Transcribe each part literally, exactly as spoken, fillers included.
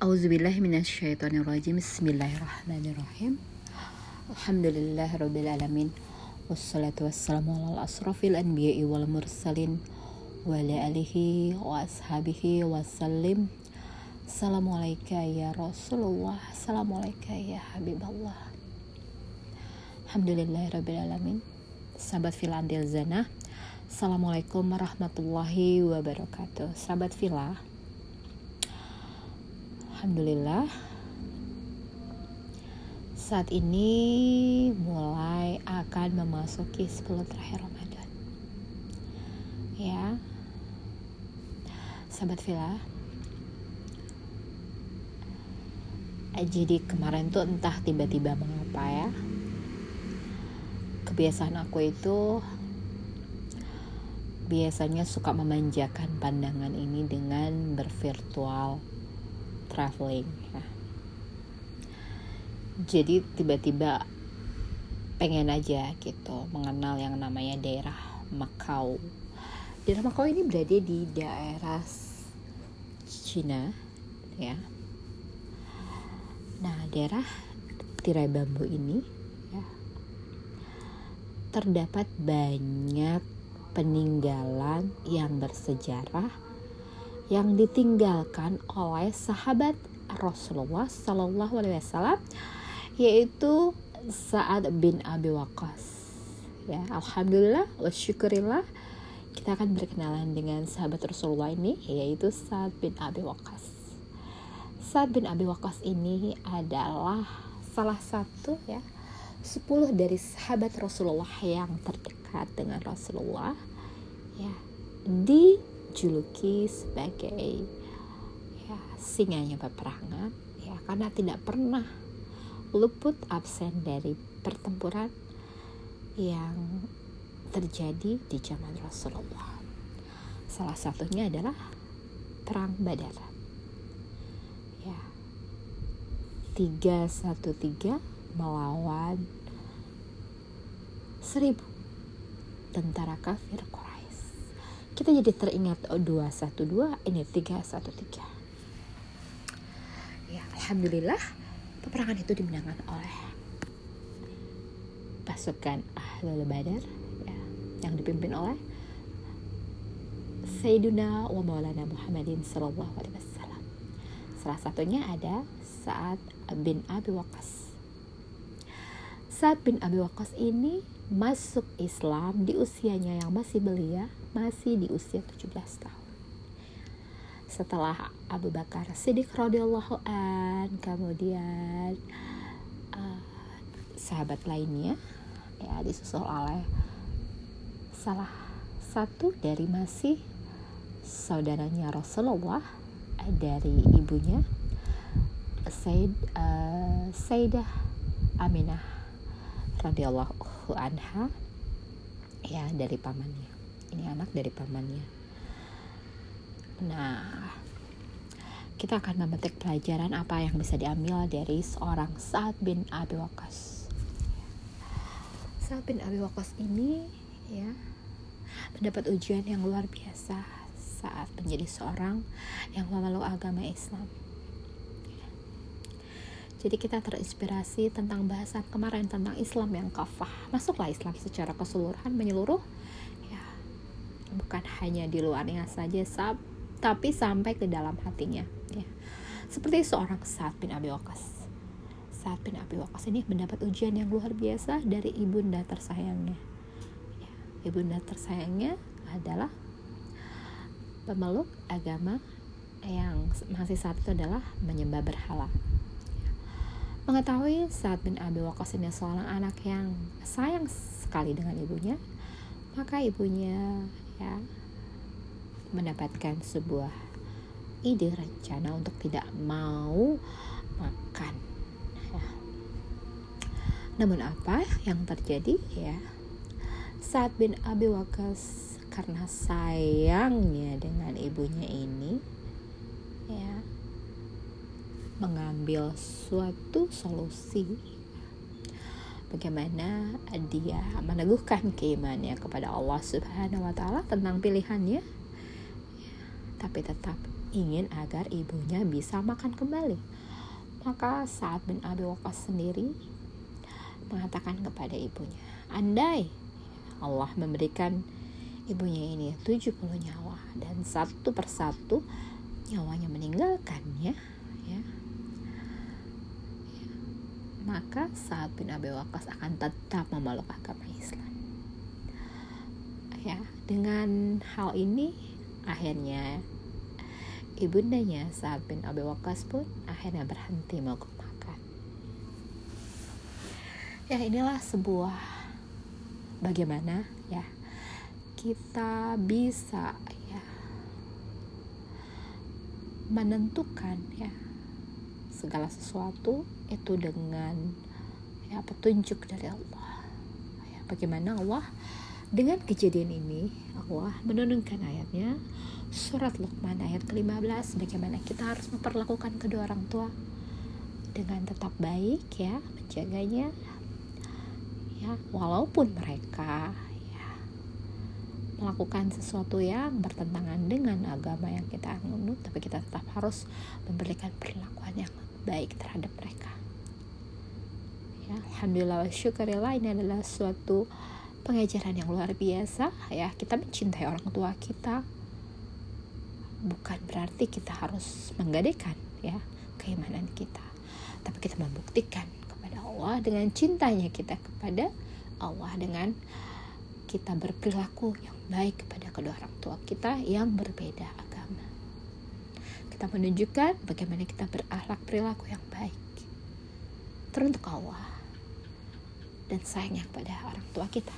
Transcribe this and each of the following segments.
Auzubillahi minasyaitonirrajim. Bismillahirrahmanirrahim. Alhamdulillahirabbil alamin. Wassalatu wassalamu ala asrofil anbiya'i wal mursalin wa ala alihi wa ashabihi wasallim. Assalamualaikum ya Rasulullah. Assalamualaikum ya Habiballah. Alhamdulillahirabbil alamin. Sahabat Villa Andil Zana, Assalamualaikum warahmatullahi wabarakatuh. Sahabat Villa, alhamdulillah saat ini mulai akan memasuki sepuluh terakhir Ramadan. Ya, sahabat Villa, jadi kemarin tuh entah tiba-tiba mengapa ya, kebiasaan aku itu biasanya suka memanjakan pandangan ini dengan bervirtual traveling. Nah, jadi tiba-tiba pengen aja gitu mengenal yang namanya daerah Macau. Daerah Macau ini berada di daerah Cina, ya. Nah, daerah tirai bambu ini ya, terdapat banyak peninggalan yang bersejarah yang ditinggalkan oleh sahabat Rasulullah Sallallahu Alaihi Wasallam, yaitu Sa'ad bin Abi Waqqas. Ya, alhamdulillah wa syukurillah kita akan berkenalan dengan sahabat Rasulullah ini, yaitu Sa'ad bin Abi Waqqas. Sa'ad bin Abi Waqqas ini adalah salah satu ya sepuluh dari sahabat Rasulullah yang terdekat dengan Rasulullah, ya, di juluki sebagai ya, singanya peperangan ya, karena tidak pernah luput absen dari pertempuran yang terjadi di zaman Rasulullah. Salah satunya adalah perang Badar ya, tiga satu tiga melawan seribu tentara kafir Quraisy. Kita jadi teringat oh, dua satu dua, ini tiga satu tiga. Ya, alhamdulillah peperangan itu dimenangkan oleh pasukan Ahlul Badar ya, yang dipimpin oleh Sayyiduna wa Maulana Muhammadin sallallahu alaihi wasallam. Salah satunya ada Sa'ad bin Abi Waqqas. Sa'ad bin Abi Waqqas ini masuk Islam di usianya yang masih belia, masih di usia tujuh belas tahun. Setelah Abu Bakar Siddiq radhiyallahu an, kemudian uh, sahabat lainnya ya disusul oleh salah satu dari masih saudaranya Rasulullah dari ibunya Sayyid, uh, Sayyidah Aminah radhiyallahu anha ya, dari pamannya. Ini anak dari pamannya. Nah, kita akan memetik pelajaran apa yang bisa diambil dari seorang Sa'ad bin Abi Waqqas. Sa'ad bin Abi Waqqas ini ya mendapat ujian yang luar biasa saat menjadi seorang yang memeluk agama Islam. Jadi kita terinspirasi tentang bahasan kemarin tentang Islam yang kafah. Masuklah Islam secara keseluruhan, menyeluruh ya, bukan hanya di luarnya saja, sab, tapi sampai ke dalam hatinya ya. Seperti seorang Sa'ad bin Abi Waqqas. Sa'ad bin Abi Waqqas ini mendapat ujian yang luar biasa dari ibunda tersayangnya ya. Ibunda tersayangnya adalah pemeluk agama yang masih saat itu adalah menyembah berhala. Mengetahui Sa'ad bin Abi Waqqas ini seorang anak yang sayang sekali dengan ibunya, maka ibunya ya mendapatkan sebuah ide rencana untuk tidak mau makan ya. Namun apa yang terjadi ya, Sa'ad bin Abi Waqqas karena sayangnya dengan ibunya ini ya, mengambil suatu solusi bagaimana dia meneguhkan keimanannya kepada Allah Subhanahu wa taala tentang pilihannya ya, tapi tetap ingin agar ibunya bisa makan kembali. Maka Sa'ad bin Abi Waqqas sendiri mengatakan kepada ibunya, andai Allah memberikan ibunya ini tujuh puluh nyawa dan satu persatu nyawanya meninggalkannya, ya, ya, maka Sa'ad bin Abi Waqqas akan tetap memeluk agama Islam. Ya, dengan hal ini akhirnya ibundanya Sa'ad bin Abi Waqqas pun akhirnya berhenti mogok makan. Ya, inilah sebuah bagaimana ya kita bisa ya menentukan ya segala sesuatu itu dengan ya petunjuk dari Allah. Ya, bagaimana Allah dengan kejadian ini Allah menurunkan ayatnya surat Luqman ayat ke lima belas, bagaimana kita harus memperlakukan kedua orang tua dengan tetap baik ya, menjaganya ya, walaupun mereka ya melakukan sesuatu yang bertentangan dengan agama yang kita anut, tapi kita tetap harus memberikan perlakuan yang baik terhadap mereka. Ya, alhamdulillah wa syukurillah, ini adalah suatu pengajaran yang luar biasa ya. Kita mencintai orang tua kita bukan berarti kita harus menggadaikan ya keimanan kita, tapi kita membuktikan kepada Allah dengan cintanya kita kepada Allah, dengan kita berperilaku yang baik kepada kedua orang tua kita yang berbeda agama. Kita menunjukkan bagaimana kita berakhlak perilaku yang baik teruntuk Allah dan sayangnya kepada orang tua kita.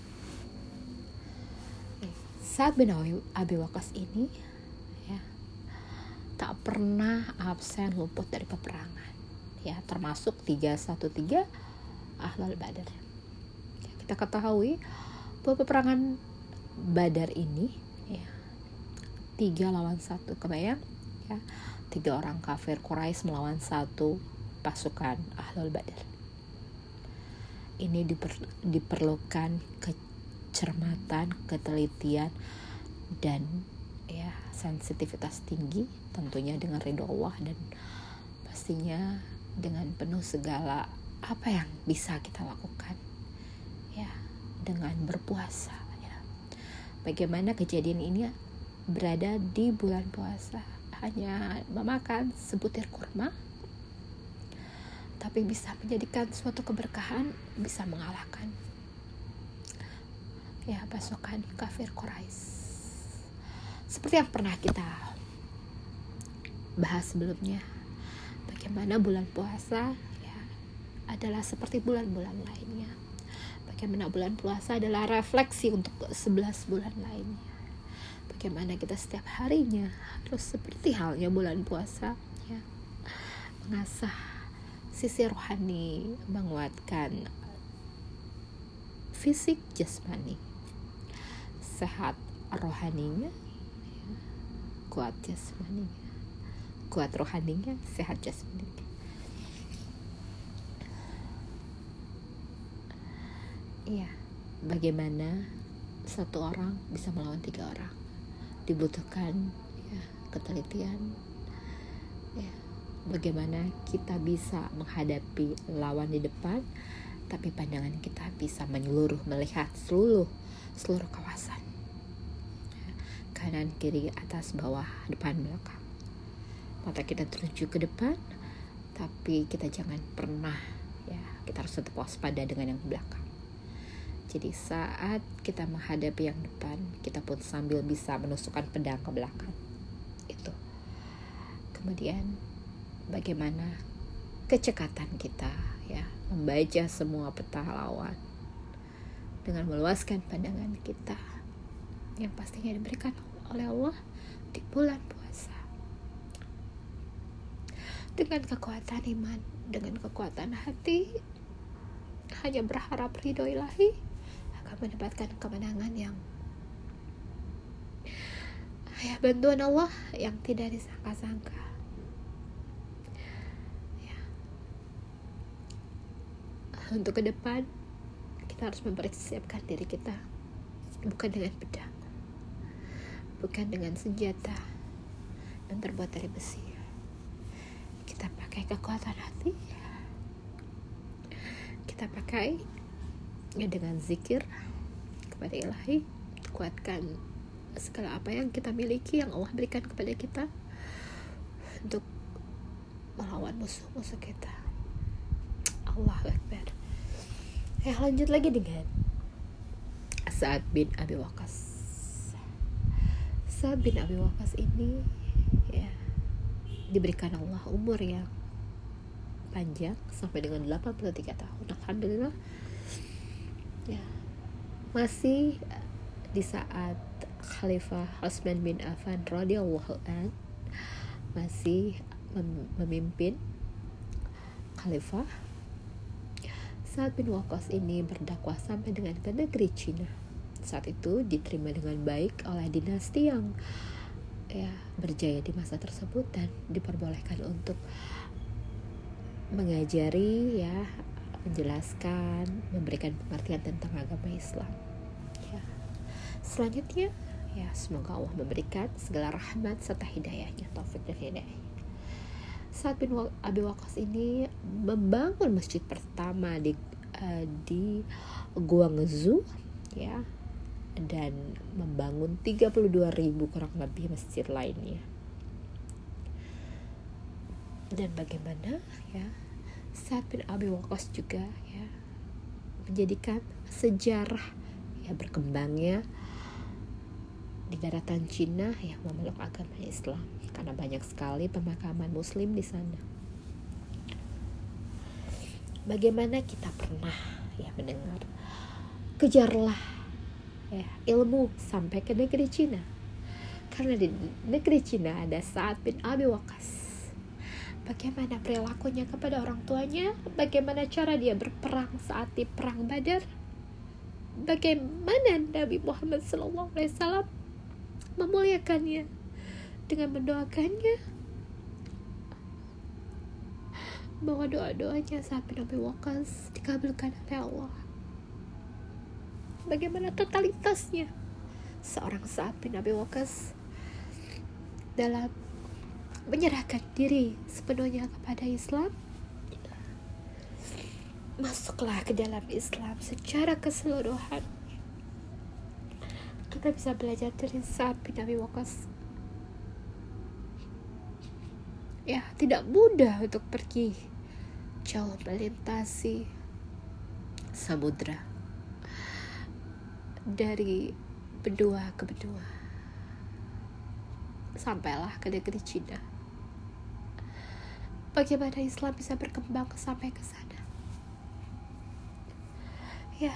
Sa'ad bin Abi Waqqas ini ya tak pernah absen luput dari peperangan ya, termasuk tiga satu tiga Ahlul Badar. Ya, kita ketahui bahwa peperangan Badar ini ya tiga lawan satu, kebayang ya, tiga orang kafir Quraisy melawan satu pasukan Ahlul Badar. Ini diper, diperlukan kecermatan, ketelitian dan ya sensitivitas tinggi, tentunya dengan ridho Allah dan pastinya dengan penuh segala apa yang bisa kita lakukan ya, dengan berpuasa ya. Bagaimana kejadian ini berada di bulan puasa, hanya memakan sebutir kurma tapi bisa menjadikan suatu keberkahan, bisa mengalahkan ya pasukan kafir Quraisy. Seperti yang pernah kita bahas sebelumnya, bagaimana bulan puasa ya adalah seperti bulan-bulan lainnya. Bagaimana bulan puasa adalah refleksi untuk sebelas bulan lainnya. Bagaimana kita setiap harinya harus seperti halnya bulan puasa ya, mengasah sisi rohani, menguatkan fisik jasmani, sehat rohaninya, kuat jasmaninya, kuat rohaninya, sehat jasmaninya. Iya, bagaimana satu orang bisa melawan tiga orang? Dibutuhkan ya, ketelitian. Ya, bagaimana kita bisa menghadapi lawan di depan, tapi pandangan kita bisa menyeluruh, melihat seluruh seluruh kawasan, ya, kanan, kiri, atas, bawah, depan, belakang. Mata kita tertuju ke depan, tapi kita jangan pernah ya, kita harus tetap waspada dengan yang belakang. Jadi saat kita menghadapi yang depan, kita pun sambil bisa menusukkan pedang ke belakang. Itu. Kemudian bagaimana kecekatan kita ya, membaca semua peta lawan dengan meluaskan pandangan kita yang pastinya diberikan oleh Allah di bulan puasa. Dengan kekuatan iman, dengan kekuatan hati, hanya berharap ridho ilahi akan mendapatkan kemenangan yang ya, bantuan Allah yang tidak disangka-sangka. Ya. Untuk ke depan kita harus mempersiapkan diri kita, bukan dengan pedang, bukan dengan senjata, yang terbuat dari besi. Kita pakai kekuatan hati, kita pakai ya dengan zikir kepada Ilahi, kuatkan segala apa yang kita miliki, yang Allah berikan kepada kita untuk melawan musuh-musuh kita. Allahu Akbar. Ya, lanjut lagi dengan Sa'ad bin Abi Waqqas. Sa'ad bin Abi Waqqas ini ya diberikan Allah umur yang panjang sampai dengan delapan puluh tiga tahun. Alhamdulillah. Ya. Masih di saat Khalifah Utsman bin Affan radhiyallahu an masih mem- memimpin Khalifah, Sa'ad bin Waqqas ini berdakwah sampai dengan ke negeri Cina. Saat itu diterima dengan baik oleh dinasti yang ya berjaya di masa tersebut dan diperbolehkan untuk mengajari ya, menjelaskan, memberikan pengertian tentang agama Islam. Ya. Selanjutnya ya semoga Allah memberikan segala rahmat serta hidayahnya, taufik dan hidayah. Sa'ad bin Abi Waqqas ini membangun masjid pertama di uh, di Guangzhou ya, dan membangun tiga puluh dua ribu kurang lebih masjid lainnya. Dan bagaimana ya Sa'ad bin Abi Waqqas juga ya menjadikan sejarah ya berkembangnya di daratan Cina yang memeluk agama Islam, karena banyak sekali pemakaman muslim di sana. Bagaimana kita pernah ya mendengar, kejarlah ya ilmu sampai ke negeri Cina, karena di negeri Cina ada Sa'ad bin Abi Waqqas. Bagaimana perilakunya kepada orang tuanya, bagaimana cara dia berperang saat di perang Badar, bagaimana Nabi Muhammad shallallahu alaihi wasallam memuliakannya dengan mendoakannya bahwa doa-doanya Sa'ad bin Abi Waqqas dikabulkan oleh Allah. Bagaimana totalitasnya seorang Sa'ad bin Abi Waqqas dalam menyerahkan diri sepenuhnya kepada Islam. Masuklah ke dalam Islam secara keseluruhan. Kita bisa belajar dari Sa'ad bin Abi Waqqas. Ya, tidak mudah untuk pergi jauh melintasi samudra dari benua ke benua, sampailah ke negeri Cina. Bagaimana Islam bisa berkembang sampai ke sana? Ya,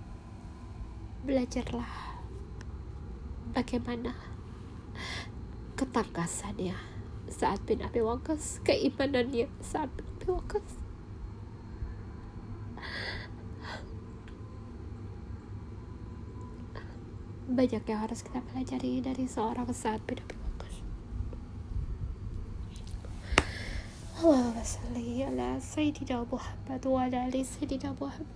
belajarlah bagaimana ketangkasannya Sa'ad bin Abi Waqqas, keimanannya Sa'ad bin Abi Waqqas. Banyak yang harus kita pelajari dari seorang Sa'ad bin Abi Waqqas. Allahumma shalli ala Sayyidina Muhammad wa ala ali Sayyidina Muhammad.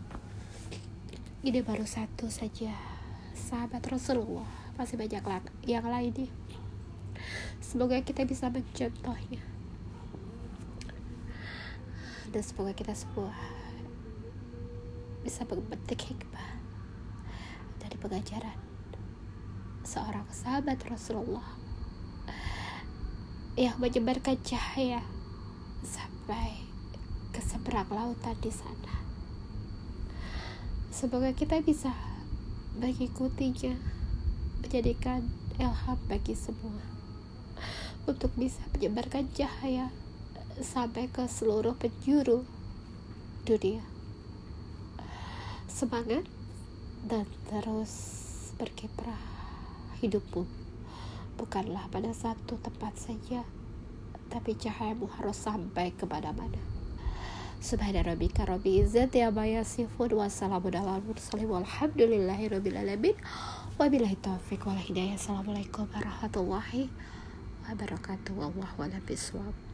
Ini baru satu saja sahabat Rasulullah, masih banyak yang lainnya. Semoga kita bisa mencontohnya, dan semoga kita semua bisa memetik hikmah dari pengajaran seorang sahabat Rasulullah yang menyebarkan cahaya sampai ke seberang lautan di sana. Semoga kita bisa mengikutinya, menjadikan ilham bagi semua untuk bisa menyebarkan cahaya sampai ke seluruh penjuru dunia. Semangat dan terus berkiprah. Hidupmu bukanlah pada satu tempat saja, tapi cahayamu harus sampai kemana-mana. Subhana rabbika rabbil izzati amma yasifun wa salamun alal mursalin walhamdulillahi rabbil alamin. Wabillahi taufiq wal hidayah. Assalamualaikum warahmatullahi wabarakatuh. Wallahu a'lam bishawab.